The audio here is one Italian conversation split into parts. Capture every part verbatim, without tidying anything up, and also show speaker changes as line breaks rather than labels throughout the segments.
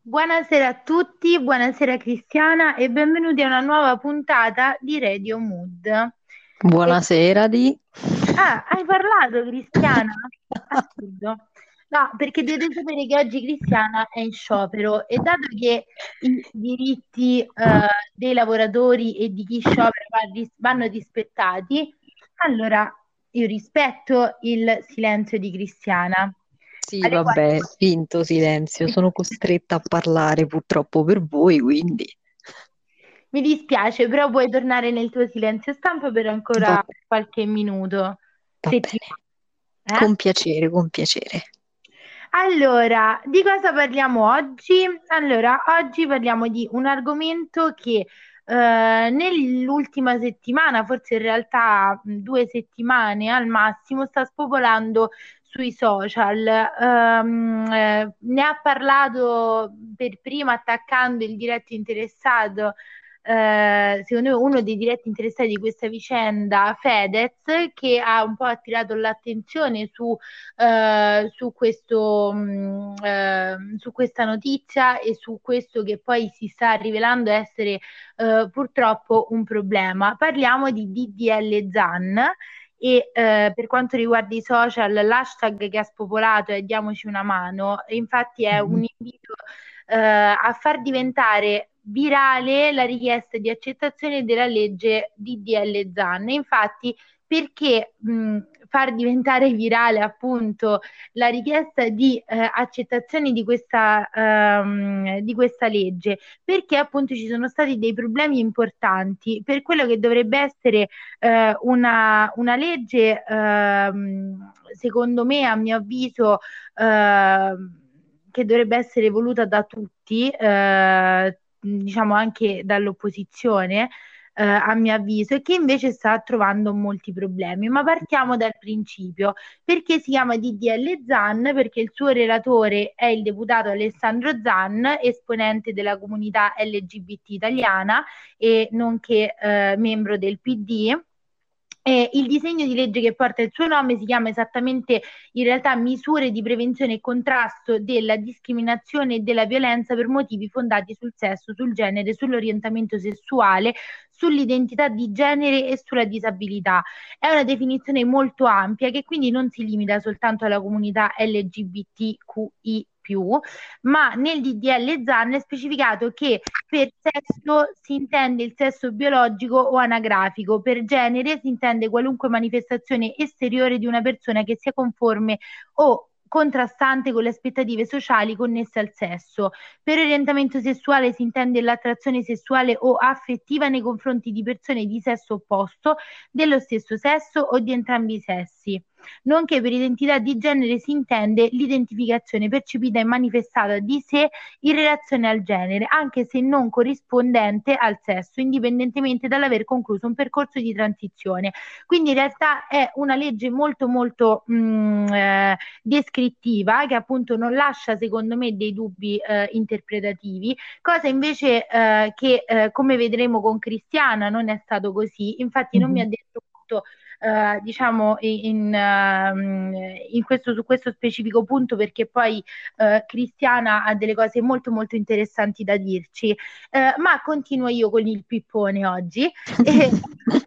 Buonasera a tutti, buonasera Cristiana e benvenuti a una nuova puntata di Radio Mood. E-
Buonasera di...
Ah, hai parlato Cristiana? Assurdo. No, perché dovete sapere che oggi Cristiana è in sciopero e dato che i diritti eh, dei lavoratori e di chi sciopera va- ris- vanno rispettati, allora io rispetto il silenzio di Cristiana.
Sì,
Alle quali
vabbè, finto silenzio, sono costretta a parlare purtroppo per voi, quindi
Mi dispiace, però puoi tornare nel tuo silenzio stampa per
va,
ancora qualche minuto,
va
se ti
bene.
va. Eh?
Con piacere, con piacere.
Allora, di cosa parliamo oggi? Allora, oggi parliamo di un argomento che eh, nell'ultima settimana, forse in realtà mh, due settimane al massimo, sta spopolando sui social. Ehm, eh, ne ha parlato per prima attaccando il diretto interessato, eh, secondo me uno dei diretti interessati di questa vicenda, Fedez, che ha un po' attirato l'attenzione su eh, su questo, mh, eh, su questa notizia e su questo che poi si sta rivelando essere eh, purtroppo un problema. Parliamo di D D L Zan. E eh, per quanto riguarda i social, l'hashtag che ha spopolato è Diamoci una mano, infatti è un
Mhm.
invito eh, a far diventare virale la richiesta di accettazione della legge D D L Zan. Infatti, perché mh, far diventare virale appunto la richiesta di eh, accettazione di questa, ehm, di questa legge? Perché appunto ci sono stati dei problemi importanti per quello che dovrebbe essere eh, una, una legge, ehm, secondo me, a mio avviso, ehm, che dovrebbe essere voluta da tutti, eh, diciamo anche dall'opposizione, eh, a mio avviso, e che invece sta trovando molti problemi. Ma partiamo dal principio. Perché si chiama D D L Zan? Perché il suo relatore è il deputato Alessandro Zan, esponente della comunità L G B T italiana e nonché eh, membro del P D. Eh, il disegno di legge che porta il suo nome si chiama esattamente in realtà misure di prevenzione e contrasto della discriminazione e della violenza per motivi fondati sul sesso, sul genere, sull'orientamento sessuale, sull'identità di genere e sulla disabilità. È una definizione molto ampia che quindi non si limita soltanto alla comunità L G B T Q I più, ma nel D D L Zan è specificato che per sesso si intende il sesso biologico o anagrafico, per genere si intende qualunque manifestazione esteriore di una persona che sia conforme o contrastante con le aspettative sociali connesse al sesso. Per orientamento sessuale si intende l'attrazione sessuale o affettiva nei confronti di persone di sesso opposto, dello stesso sesso o di entrambi i sessi. Nonché per identità di genere si intende l'identificazione percepita e manifestata di sé in relazione al genere, anche se non corrispondente al sesso, indipendentemente dall'aver concluso un percorso di transizione. Quindi in realtà è una legge molto molto mh, eh, descrittiva che appunto non lascia secondo me dei dubbi eh, interpretativi, cosa invece eh, che eh, come vedremo con Cristiana non è stato così, infatti non mi ha
Mhm.
detto molto Uh, diciamo in, uh, in questo, su questo specifico punto perché poi uh, Cristiana ha delle cose molto molto interessanti da dirci. Uh, ma continuo io con il pippone oggi e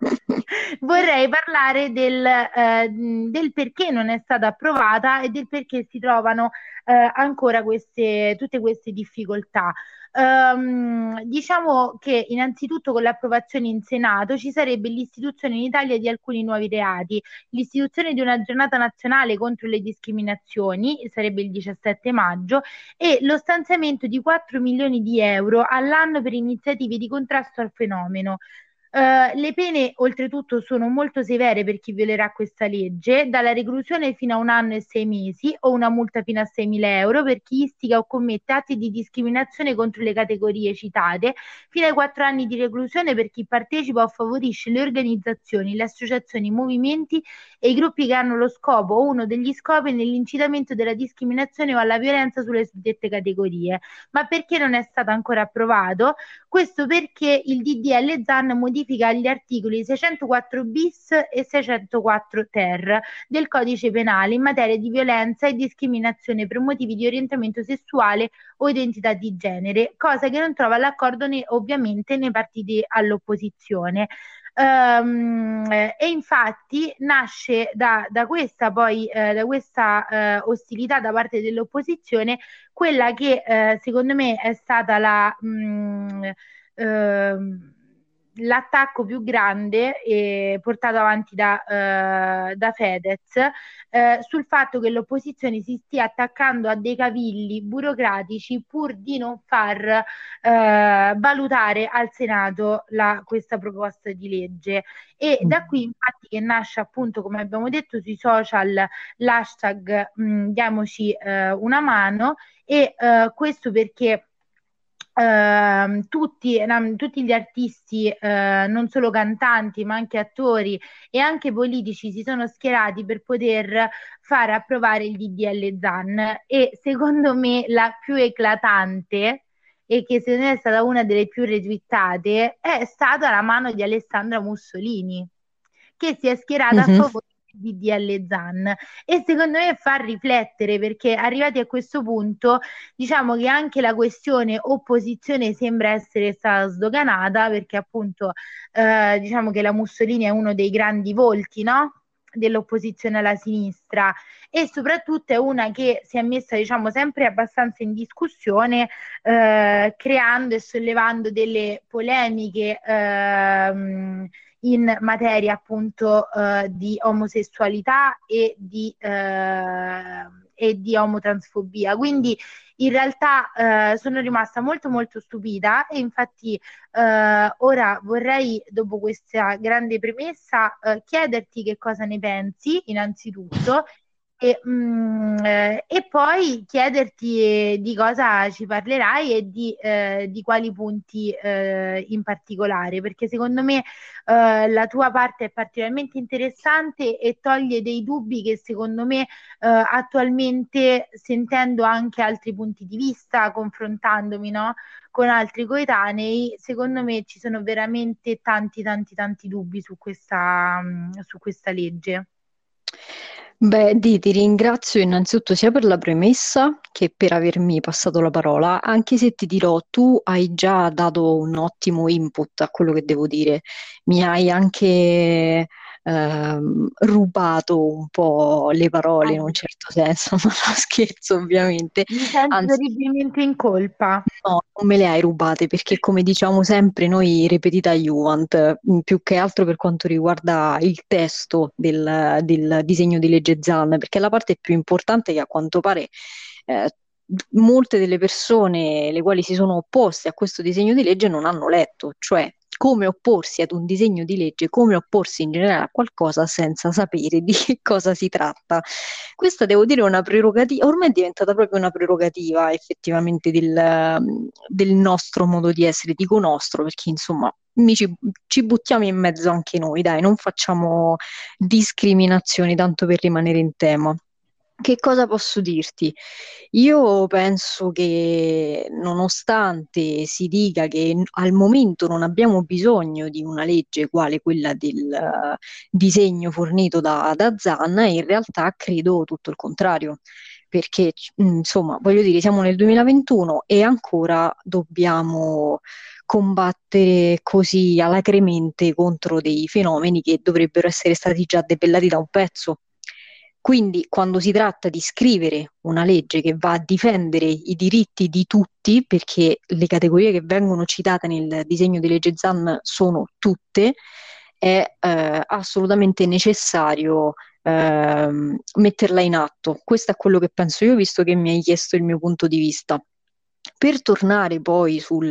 vorrei parlare del, uh, del perché non è stata approvata e del perché si trovano uh, ancora queste, tutte queste difficoltà. Um, diciamo che innanzitutto con l'approvazione in Senato ci sarebbe l'istituzione in Italia di alcuni nuovi reati, l'istituzione di una giornata nazionale contro le discriminazioni, sarebbe il diciassette maggio, e lo stanziamento di quattro milioni di euro all'anno per iniziative di contrasto al fenomeno. Uh, le pene oltretutto sono molto severe per chi violerà questa legge, dalla reclusione fino a un anno e sei mesi o una multa fino a seimila euro per chi istiga o commette atti di discriminazione contro le categorie citate, fino ai quattro anni di reclusione per chi partecipa o favorisce le organizzazioni, le associazioni, i movimenti e i gruppi che hanno lo scopo o uno degli scopi nell'incitamento della discriminazione o alla violenza sulle suddette categorie. Ma perché non è stato ancora approvato? Questo perché il D D L Zan modifica gli articoli seicentoquattro bis e seicentoquattro ter del codice penale in materia di violenza e discriminazione per motivi di orientamento sessuale o identità di genere, cosa che non trova l'accordo ne, ovviamente nei partiti all'opposizione. Um, eh, e infatti nasce da, da questa poi eh, da questa eh, ostilità da parte dell'opposizione quella che eh, secondo me è stata la mh, ehm, l'attacco più grande eh, portato avanti da, eh, da Fedez eh, sul fatto che l'opposizione si stia attaccando a dei cavilli burocratici pur di non far eh, valutare al Senato la, questa proposta di legge. E da qui infatti che nasce appunto, come abbiamo detto, sui social l'hashtag mh, diamoci eh, una mano e eh, questo perché Uh, tutti, um, tutti gli artisti, uh, non solo cantanti, ma anche attori e anche politici si sono schierati per poter far approvare il D D L Zan. E secondo me la più eclatante e che secondo me è stata una delle più retweetate è stata la mano di Alessandra Mussolini, che si è schierata a
Mhm.
favore di D D L Zan e secondo me fa riflettere perché arrivati a questo punto diciamo che anche la questione opposizione sembra essere stata sdoganata perché appunto eh, diciamo che la Mussolini è uno dei grandi volti, no? Dell'opposizione alla sinistra e soprattutto è una che si è messa diciamo sempre abbastanza in discussione eh, creando e sollevando delle polemiche ehm, in materia appunto eh, di omosessualità e di, eh, e di omotransfobia. Quindi in realtà eh, sono rimasta molto molto stupita e infatti eh, ora vorrei, dopo questa grande premessa, eh, chiederti che cosa ne pensi innanzitutto e, mm, eh, e poi chiederti eh, di cosa ci parlerai e di, eh, di quali punti eh, in particolare, perché secondo me eh, la tua parte è particolarmente interessante e toglie dei dubbi che secondo me eh, attualmente, sentendo anche altri punti di vista, confrontandomi, no, con altri coetanei, secondo me ci sono veramente tanti, tanti, tanti dubbi su questa, mm, su questa legge.
Beh, Di, ti ringrazio innanzitutto sia per la premessa che per avermi passato la parola, anche se ti dirò, tu hai già dato un ottimo input a quello che devo dire. Mi hai anche ehm, rubato un po' le parole in un certo senso, ma no, scherzo ovviamente.
Mi sento
Anzi,
terribilmente in colpa.
no, non me le hai rubate perché come diciamo sempre noi ripetita iuvant, mh, più che altro per quanto riguarda il testo del, del disegno di legge Zan, perché è la parte più importante che a quanto pare eh, molte delle persone le quali si sono opposte a questo disegno di legge non hanno letto, cioè come opporsi ad un disegno di legge, come opporsi in generale a qualcosa senza sapere di che cosa si tratta. Questa devo dire è una prerogativa, ormai è diventata proprio una prerogativa effettivamente del, del nostro modo di essere, dico nostro, perché insomma mi ci, ci buttiamo in mezzo anche noi, dai, non facciamo discriminazioni tanto per rimanere in tema. Che cosa posso dirti? Io penso che nonostante si dica che n- al momento non abbiamo bisogno di una legge quale quella del eh, disegno fornito da, da Zan, in realtà credo tutto il contrario, perché c- mh, insomma, voglio dire, siamo nel duemilaventuno e ancora dobbiamo combattere così alacremente contro dei fenomeni che dovrebbero essere stati già debellati da un pezzo. Quindi, quando si tratta di scrivere una legge che va a difendere i diritti di tutti, perché le categorie che vengono citate nel disegno di legge Zan sono tutte, è eh, assolutamente necessario ehm, metterla in atto. Questo è quello che penso io, visto che mi hai chiesto il mio punto di vista. Per tornare poi sul,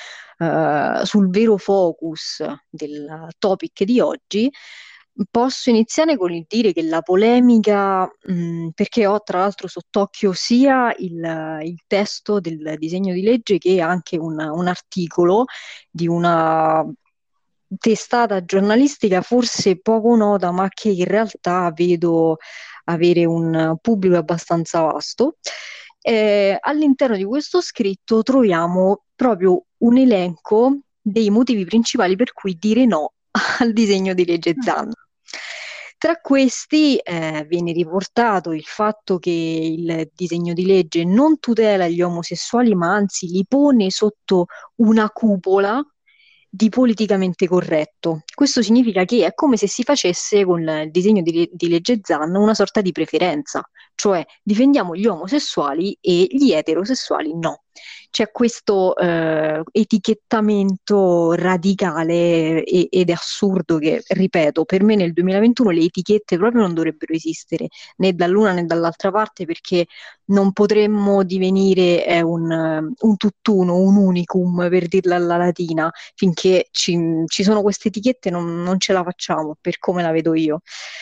eh, sul vero focus del topic di oggi, posso iniziare con il dire che la polemica, mh, perché ho tra l'altro sott'occhio sia il, il testo del disegno di legge che anche un, un articolo di una testata giornalistica forse poco nota, ma che in realtà vedo avere un pubblico abbastanza vasto. Eh, all'interno di questo scritto troviamo proprio un elenco dei motivi principali per cui dire no al disegno di legge Zan. Tra questi eh, viene riportato il fatto che il disegno di legge non tutela gli omosessuali, ma anzi li pone sotto una cupola di politicamente corretto. Questo significa che è come se si facesse con il disegno di, di legge Zan una sorta di preferenza, cioè difendiamo gli omosessuali e gli eterosessuali no. C'è questo eh, etichettamento radicale e, ed è assurdo che, ripeto, per me nel duemilaventuno le etichette proprio non dovrebbero esistere né dall'una né dall'altra parte, perché non potremmo divenire eh, un, un tutt'uno, un unicum, per dirla alla latina, finché ci, ci sono queste etichette non, non ce la facciamo, per come la vedo io.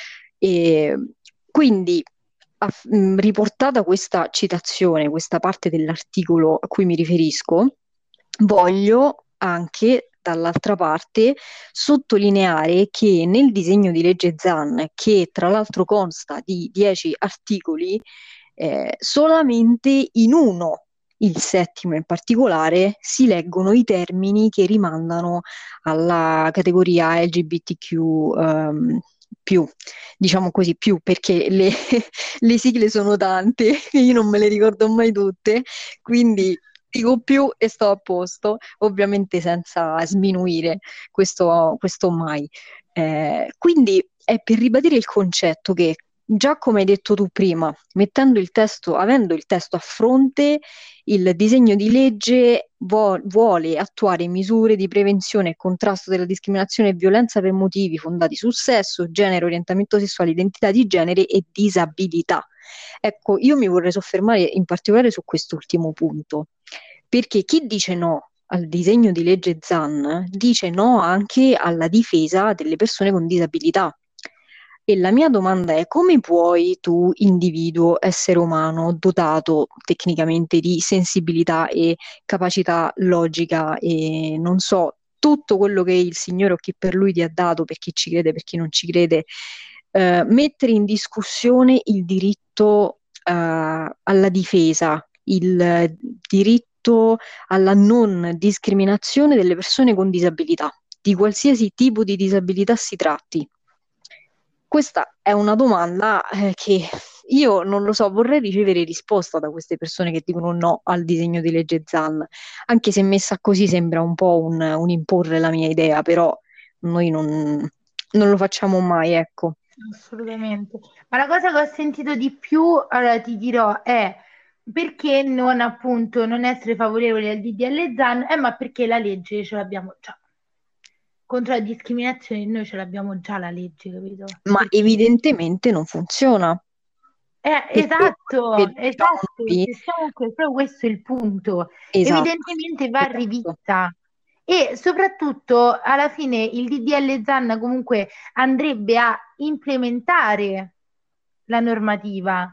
E quindi, aff- mh, riportata questa citazione, questa parte dell'articolo a cui mi riferisco, voglio anche dall'altra parte sottolineare che nel disegno di legge Zan, che tra l'altro consta di dieci articoli, eh, solamente in uno, il settimo in particolare, si leggono i termini che rimandano alla categoria L G B T Q ehm, più, diciamo così, più perché le, le sigle sono tante, io non me le ricordo mai tutte, quindi dico più e sto a posto, ovviamente senza sminuire questo, questo mai. Eh, quindi è per ribadire il concetto che, già come hai detto tu prima, mettendo il testo, avendo il testo a fronte, il disegno di legge vo- vuole attuare misure di prevenzione e contrasto della discriminazione e violenza per motivi fondati sul sesso, genere, orientamento sessuale, identità di genere e disabilità. Ecco, io mi vorrei soffermare in particolare su quest'ultimo punto, perché chi dice no al disegno di legge Zan dice no anche alla difesa delle persone con disabilità. E la mia domanda è: come puoi tu, individuo, essere umano, dotato tecnicamente di sensibilità e capacità logica e non so, tutto quello che il Signore o chi per lui ti ha dato, per chi ci crede, per chi non ci crede, eh, mettere in discussione il diritto eh, alla difesa, il diritto alla non discriminazione delle persone con disabilità, di qualsiasi tipo di disabilità si tratti? Questa è una domanda eh, che io non lo so, vorrei ricevere risposta da queste persone che dicono no al disegno di legge Zan, anche se messa così sembra un po' un, un imporre la mia idea, però noi non, non lo facciamo mai, ecco.
Assolutamente. Ma la cosa che ho sentito di più, allora ti dirò, è perché non appunto non essere favorevoli al D D L Zan, eh, ma perché la legge ce l'abbiamo già. Contro la discriminazione noi ce l'abbiamo già la legge, capito?
Ma
Perché
evidentemente non funziona,
Eh,
perché quello
esatto,
che diciamo
esatto,
noi,
se siamo que- proprio questo è il punto.
esatto,
Evidentemente va
esatto,
rivista e soprattutto alla fine il D D L Zan comunque andrebbe a implementare la normativa,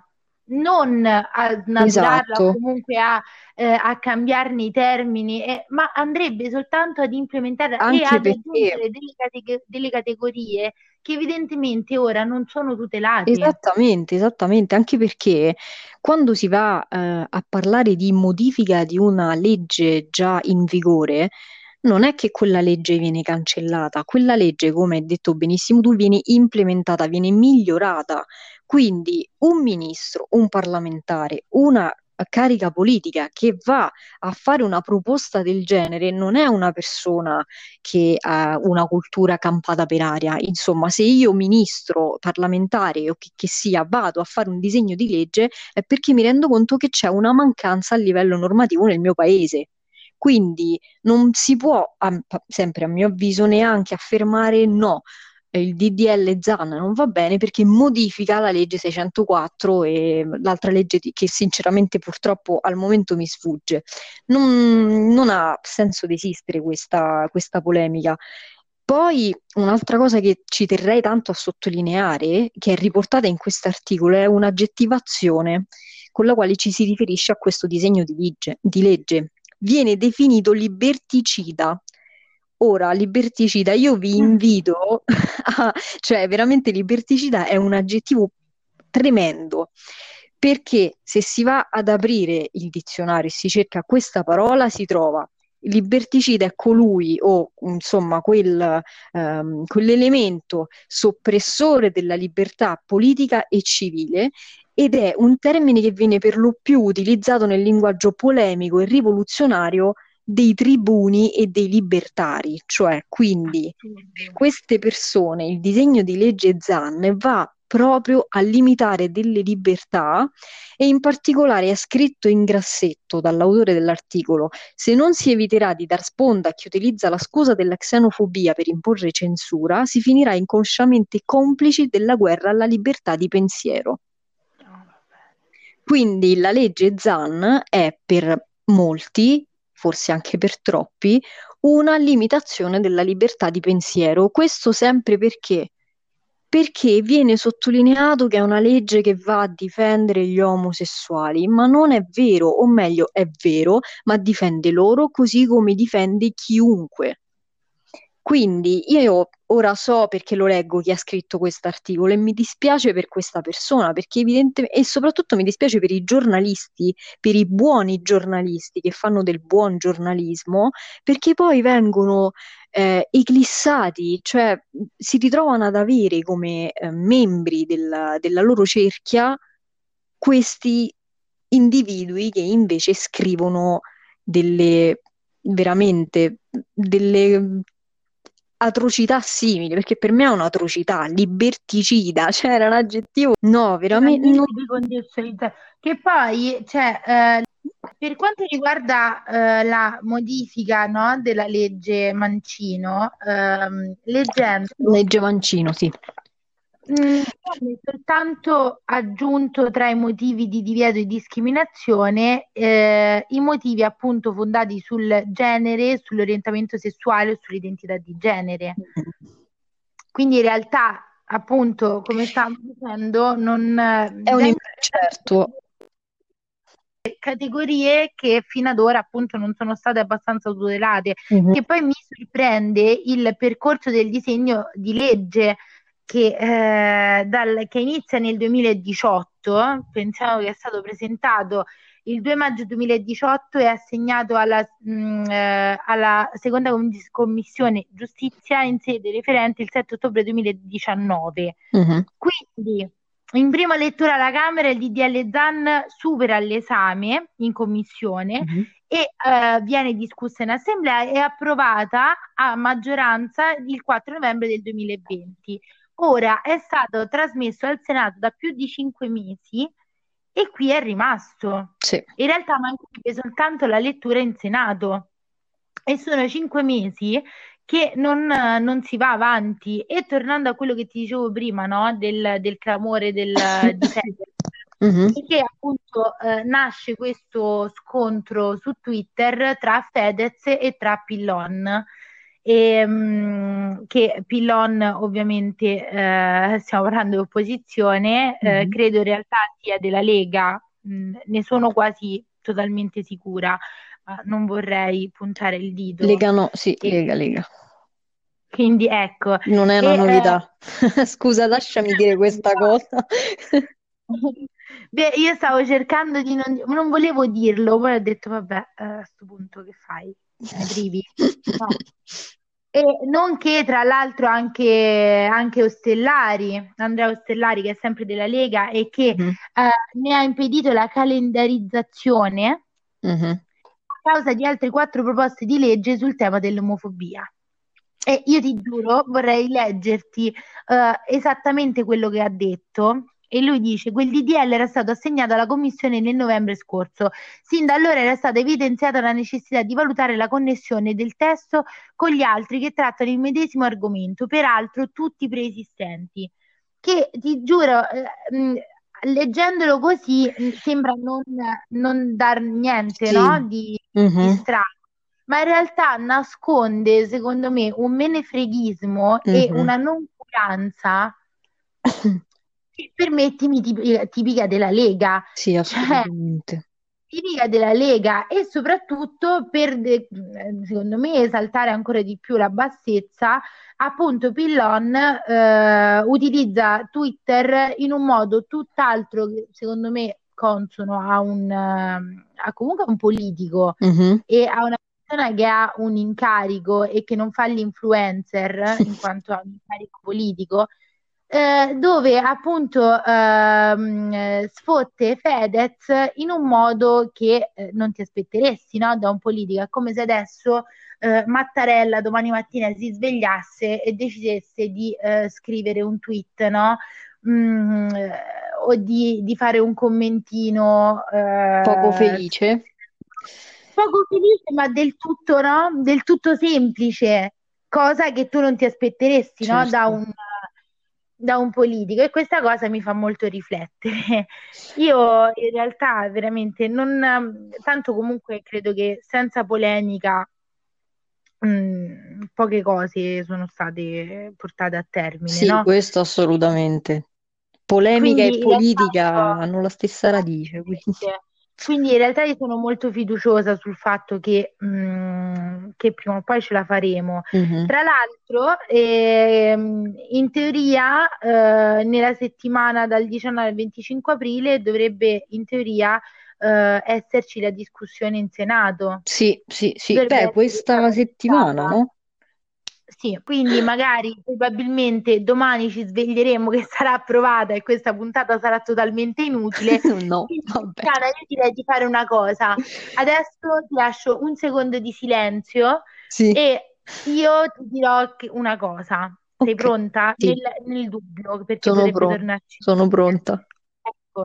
non a snaturarla o
esatto,
comunque a, eh, a cambiarne i termini, eh, ma andrebbe soltanto ad implementarla e
anche
ad
perché
aggiungere delle, cate- delle categorie che evidentemente ora non sono tutelate.
esattamente, esattamente, anche perché quando si va eh, a parlare di modifica di una legge già in vigore, non è che quella legge viene cancellata, quella legge, come hai detto benissimo tu, viene implementata, viene migliorata. Quindi un ministro, un parlamentare, una carica politica che va a fare una proposta del genere non è una persona che ha una cultura campata per aria. Insomma, se io ministro, parlamentare o che, che sia vado a fare un disegno di legge è perché mi rendo conto che c'è una mancanza a livello normativo nel mio paese. Quindi non si può, a- sempre a mio avviso, neanche affermare no, il D D L Zan non va bene perché modifica la legge seicentoquattro e l'altra legge di- che sinceramente purtroppo al momento mi sfugge. Non, non ha senso di esistere questa, questa polemica. Poi un'altra cosa che ci terrei tanto a sottolineare, che è riportata in quest'articolo, è un'aggettivazione con la quale ci si riferisce a questo disegno di legge. Di legge. Viene definito liberticida. Ora, liberticida, io vi invito a, cioè veramente liberticida è un aggettivo tremendo, perché se si va ad aprire il dizionario e si cerca questa parola, si trova liberticida è colui o insomma quel, ehm, quell'elemento soppressore della libertà politica e civile, ed è un termine che viene per lo più utilizzato nel linguaggio polemico e rivoluzionario dei tribuni e dei libertari, cioè quindi per
Assurdo.
queste persone il disegno di legge Zan va proprio a limitare delle libertà, e in particolare è scritto in grassetto dall'autore dell'articolo: se non si eviterà di dar sponda a chi utilizza la scusa della xenofobia per imporre censura, si finirà inconsciamente complici della guerra alla libertà di pensiero.
No, vabbè.
Quindi la legge Zan è per molti, forse anche per troppi, una limitazione della libertà di pensiero. Questo sempre perché? Perché viene sottolineato che è una legge che va a difendere gli omosessuali, ma non è vero, o meglio, è vero, ma difende loro così come difende chiunque. Quindi io ora so, perché lo leggo, chi ha scritto questo articolo, e mi dispiace per questa persona, perché evidentemente, e soprattutto mi dispiace per i giornalisti, per i buoni giornalisti che fanno del buon giornalismo, perché poi vengono eh, eclissati, cioè si ritrovano ad avere come eh, membri della, della loro cerchia questi individui che invece scrivono delle veramente delle atrocità simili, perché per me è un'atrocità, liberticida, cioè era un aggettivo, no, veramente, non-
Totalmente decontestualizzare. Che poi, cioè, eh, per quanto riguarda eh, la modifica, no, della legge Mancino, ehm, leggendo,
legge Mancino, sì.
mh, viene soltanto aggiunto tra i motivi di divieto di discriminazione eh, i motivi appunto fondati sul genere, sull'orientamento sessuale o sull'identità di genere. Quindi in realtà, appunto, come stavamo dicendo, non eh,
È un
vengono
imp- certo.
categorie che fino ad ora appunto non sono state abbastanza tutelate,
Mhm.
che poi mi sorprende il percorso del disegno di legge che, eh, dal- che inizia nel duemiladiciotto, pensavo che è stato presentato il due maggio duemiladiciotto e assegnato alla, mh, eh, alla seconda com- commissione giustizia in sede referente il sette ottobre duemiladiciannove.
Mhm.
Quindi in prima lettura alla Camera il D D L Zan supera l'esame in commissione
Mhm.
e eh, viene discussa in assemblea e approvata a maggioranza il quattro novembre del duemilaventi. Ora è stato trasmesso al Senato da più di cinque mesi e qui è rimasto.
Sì.
In realtà mancherebbe soltanto la lettura in Senato e sono cinque mesi che non, non si va avanti. E tornando a quello che ti dicevo prima, no? Del, del clamore del, di Fedez,
Mhm.
perché appunto eh, nasce questo scontro su Twitter tra Fedez e tra Pillon. E, mh, che Pillon ovviamente eh, stiamo parlando di opposizione, eh,
Mhm.
credo in realtà sia della Lega, mh, ne sono quasi totalmente sicura, ma non vorrei puntare il dito.
Lega no, sì,
E
Lega, Lega.
quindi ecco,
Non è una
e, eh,
novità. Scusa, lasciami dire questa cosa.
beh, io stavo cercando di non, non volevo dirlo, poi ho detto, vabbè, eh, a sto punto che fai? Mi privi? No. E nonché tra l'altro anche, anche Ostellari, Andrea Ostellari che è sempre della Lega e che eh,
Mhm.
ne ha impedito la calendarizzazione
Mhm.
a causa di altre quattro proposte di legge sul tema dell'omofobia. E io ti giuro, vorrei leggerti eh, esattamente quello che ha detto. E lui dice: quel D D L era stato assegnato alla Commissione nel novembre scorso. Sin da allora era stata evidenziata la necessità di valutare la connessione del testo con gli altri che trattano il medesimo argomento, peraltro tutti preesistenti. Che ti giuro, eh, mh, leggendolo così mh, sembra non, non dar niente,
Sì.
no? Di, di
Mhm.
strano, ma in realtà nasconde, secondo me, un menefreghismo e
Mhm.
una noncuranza che permettimi tip- tipica della Lega.
Sì,
Cioè,
assolutamente.
classifica della Lega e soprattutto per, de- secondo me, esaltare ancora di più la bassezza, appunto Pillon eh, utilizza Twitter in un modo tutt'altro che secondo me consono a un, eh, a comunque a un politico
Mhm.
e a una persona che ha un incarico e che non fa l'influencer in quanto ha un incarico politico, eh, dove appunto ehm, eh, sfotte Fedez in un modo che eh, non ti aspetteresti, no? Da un politico. È come se adesso eh, Mattarella domani mattina si svegliasse e decidesse di eh, scrivere un tweet, no? Mm, eh, o di, di fare un commentino
Poco
eh,
felice.
poco felice, ma del tutto, no? Del tutto semplice, cosa che tu non ti aspetteresti, no? Da
Certo.
un, da un politico. E questa cosa mi fa molto riflettere. Io in realtà veramente non, tanto comunque credo che senza polemica mh, poche cose sono state portate a termine,
Sì,
no?
questo assolutamente. Polemica e
Quindi in realtà
politica
io,
hanno la stessa radice, quindi.
esattamente. Quindi in realtà io sono molto fiduciosa sul fatto che, mh, che prima o poi ce la faremo.
Mhm.
Tra l'altro, ehm, in teoria, eh, nella settimana dal diciannove al venticinque aprile dovrebbe in teoria eh, esserci la discussione in Senato.
Sì, sì, sì.
Dovrebbe
Beh,
essere
questa
stata
settimana,
fissata.
no?
Sì, quindi magari probabilmente domani ci sveglieremo che sarà approvata e questa puntata sarà totalmente inutile.
No,
Quindi,
vabbè.
Cristiana, io direi di fare una cosa. Adesso ti lascio un secondo di silenzio
Sì,
e io ti dirò che- una cosa. Sei
ok.
pronta? Nel,
Sì,
nel dubbio, perché
sono
potrebbe
pronta.
tornarci
Sono
utile.
pronta.
Ecco.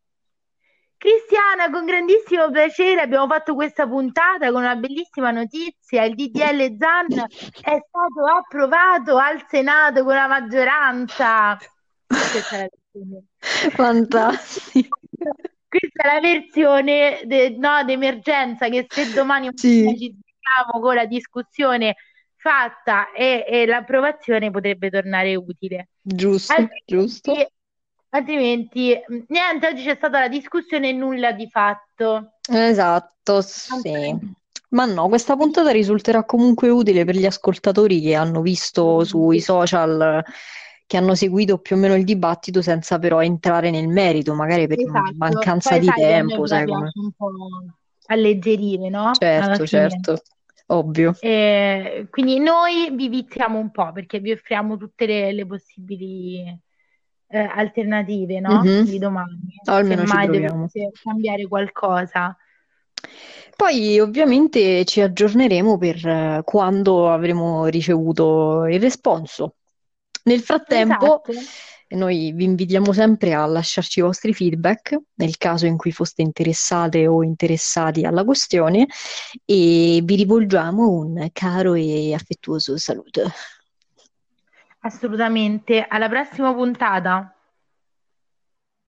Cristiana, con grandissimo piacere abbiamo fatto questa puntata con una bellissima notizia. Il D D L Zan è stato approvato al Senato con la maggioranza. Questa è la versione.
Fantastico.
Questa è la versione de- no, d'emergenza che se domani mattina
Sì,
ci svegliamo con la discussione fatta e, e l'approvazione potrebbe tornare utile.
giusto, giusto.
Altrimenti, altrimenti, mh, niente, oggi c'è stata la discussione e nulla di fatto.
Esatto,
Ancora
sì.
niente.
Ma no, questa puntata risulterà comunque utile per gli ascoltatori che hanno visto sui
Assolutamente.
social, che hanno seguito più o meno il dibattito senza però entrare nel merito, magari per
Esatto,
mancanza
poi
di
sai che a noi
tempo,
ora
sai come.
piace un po' alleggerire, no? Alla
Certo,
fine.
certo, ovvio.
E quindi noi vi viziamo un po' perché vi offriamo tutte le, le possibili eh, alternative, no?
Mhm.
Di domani,
O
se
almeno ci
mai
proviamo.
dovesse cambiare qualcosa.
Poi ovviamente ci aggiorneremo per eh, quando avremo ricevuto il responso. Nel frattempo,
Esatto.
noi vi invitiamo sempre a lasciarci i vostri feedback nel caso in cui foste interessate o interessati alla questione e vi rivolgiamo un caro e affettuoso saluto.
Assolutamente. Alla prossima puntata.